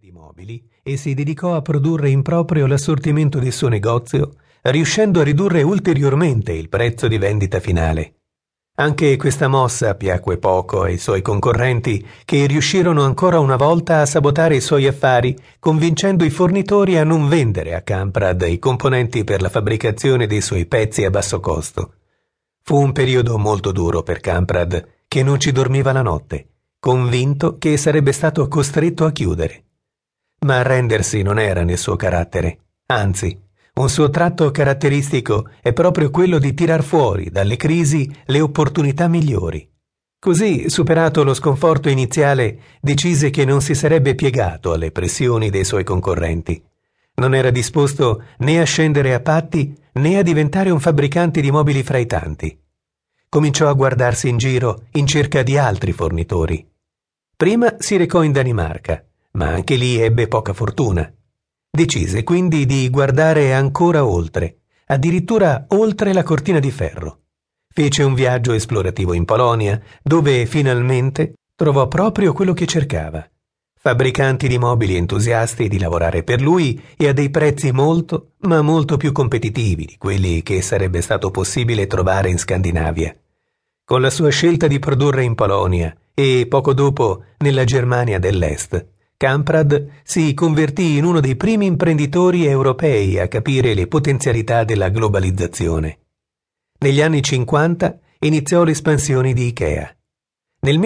di mobili e si dedicò a produrre in proprio l'assortimento del suo negozio, riuscendo a ridurre ulteriormente il prezzo di vendita finale. Anche questa mossa piacque poco ai suoi concorrenti, che riuscirono ancora una volta a sabotare i suoi affari, convincendo i fornitori a non vendere a Kamprad i componenti per la fabbricazione dei suoi pezzi a basso costo. Fu un periodo molto duro per Kamprad, che non ci dormiva la notte, convinto che sarebbe stato costretto a chiudere. Ma arrendersi non era nel suo carattere, anzi, un suo tratto caratteristico è proprio quello di tirar fuori dalle crisi le opportunità migliori. Così, superato lo sconforto iniziale, decise che non si sarebbe piegato alle pressioni dei suoi concorrenti. Non era disposto né a scendere a patti né a diventare un fabbricante di mobili fra i tanti. Cominciò a guardarsi in giro in cerca di altri fornitori. Prima si recò in Danimarca, ma anche lì ebbe poca fortuna. Decise quindi di guardare ancora oltre, addirittura oltre la cortina di ferro. Fece un viaggio esplorativo in Polonia, dove finalmente trovò proprio quello che cercava: fabbricanti di mobili entusiasti di lavorare per lui e a dei prezzi molto, ma molto più competitivi di quelli che sarebbe stato possibile trovare in Scandinavia. Con la sua scelta di produrre in Polonia e poco dopo nella Germania dell'Est, Kamprad si convertì in uno dei primi imprenditori europei a capire le potenzialità della globalizzazione. Negli anni 50 iniziò l'espansione di Ikea. Nel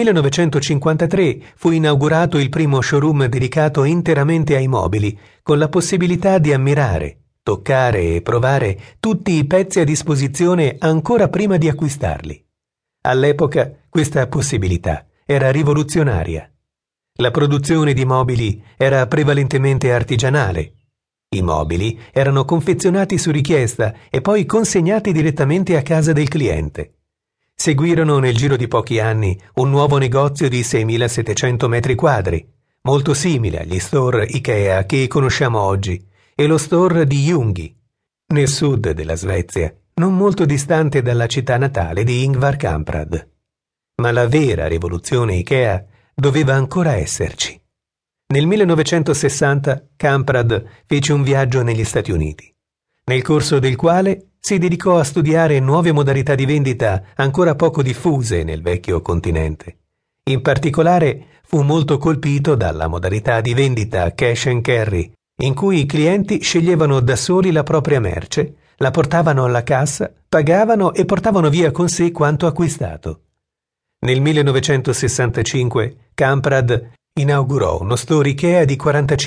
1953 fu inaugurato il primo showroom dedicato interamente ai mobili, con la possibilità di ammirare, toccare e provare tutti i pezzi a disposizione ancora prima di acquistarli. All'epoca questa possibilità era rivoluzionaria. La produzione di mobili era prevalentemente artigianale. I mobili erano confezionati su richiesta e poi consegnati direttamente a casa del cliente. Seguirono nel giro di pochi anni un nuovo negozio di 6.700 metri quadri, molto simile agli store Ikea che conosciamo oggi, e lo store di Ljungby, nel sud della Svezia, non molto distante dalla città natale di Ingvar Kamprad. Ma la vera rivoluzione Ikea doveva ancora esserci. Nel 1960 Kamprad fece un viaggio negli Stati Uniti, nel corso del quale si dedicò a studiare nuove modalità di vendita ancora poco diffuse nel vecchio continente. In particolare fu molto colpito dalla modalità di vendita cash and carry, in cui i clienti sceglievano da soli la propria merce, la portavano alla cassa, pagavano e portavano via con sé quanto acquistato. Nel 1965 Kamprad inaugurò uno store Ikea di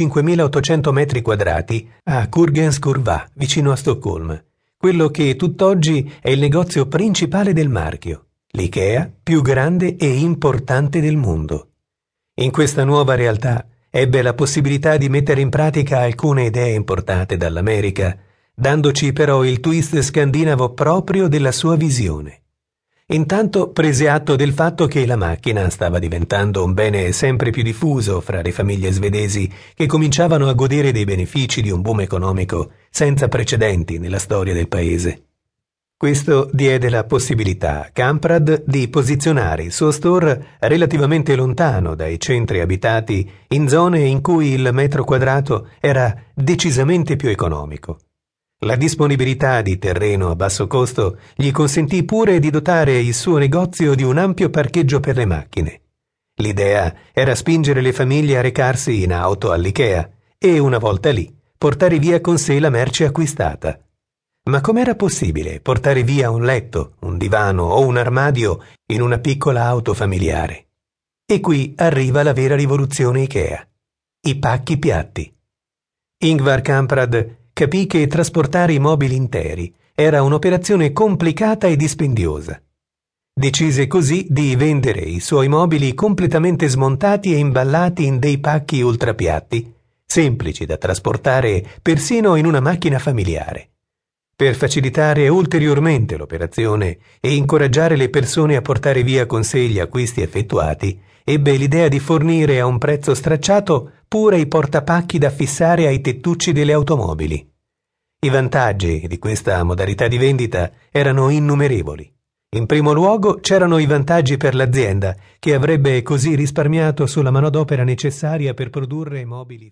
45.800 metri quadrati a Kurgens Kurva, vicino a Stoccolma, quello che tutt'oggi è il negozio principale del marchio, l'Ikea più grande e importante del mondo. In questa nuova realtà ebbe la possibilità di mettere in pratica alcune idee importate dall'America, dandoci però il twist scandinavo proprio della sua visione. Intanto prese atto del fatto che la macchina stava diventando un bene sempre più diffuso fra le famiglie svedesi, che cominciavano a godere dei benefici di un boom economico senza precedenti nella storia del paese. Questo diede la possibilità a Kamprad di posizionare il suo store relativamente lontano dai centri abitati, in zone in cui il metro quadrato era decisamente più economico. La disponibilità di terreno a basso costo gli consentì pure di dotare il suo negozio di un ampio parcheggio per le macchine. L'idea era spingere le famiglie a recarsi in auto all'Ikea e, una volta lì, portare via con sé la merce acquistata. Ma com'era possibile portare via un letto, un divano o un armadio in una piccola auto familiare? E qui arriva la vera rivoluzione Ikea: i pacchi piatti. Ingvar Kamprad capì che trasportare i mobili interi era un'operazione complicata e dispendiosa. Decise così di vendere i suoi mobili completamente smontati e imballati in dei pacchi ultrapiatti, semplici da trasportare persino in una macchina familiare. Per facilitare ulteriormente l'operazione e incoraggiare le persone a portare via con sé gli acquisti effettuati, ebbe l'idea di fornire a un prezzo stracciato pure i portapacchi da fissare ai tettucci delle automobili. I vantaggi di questa modalità di vendita erano innumerevoli. In primo luogo c'erano i vantaggi per l'azienda, che avrebbe così risparmiato sulla manodopera necessaria per produrre mobili.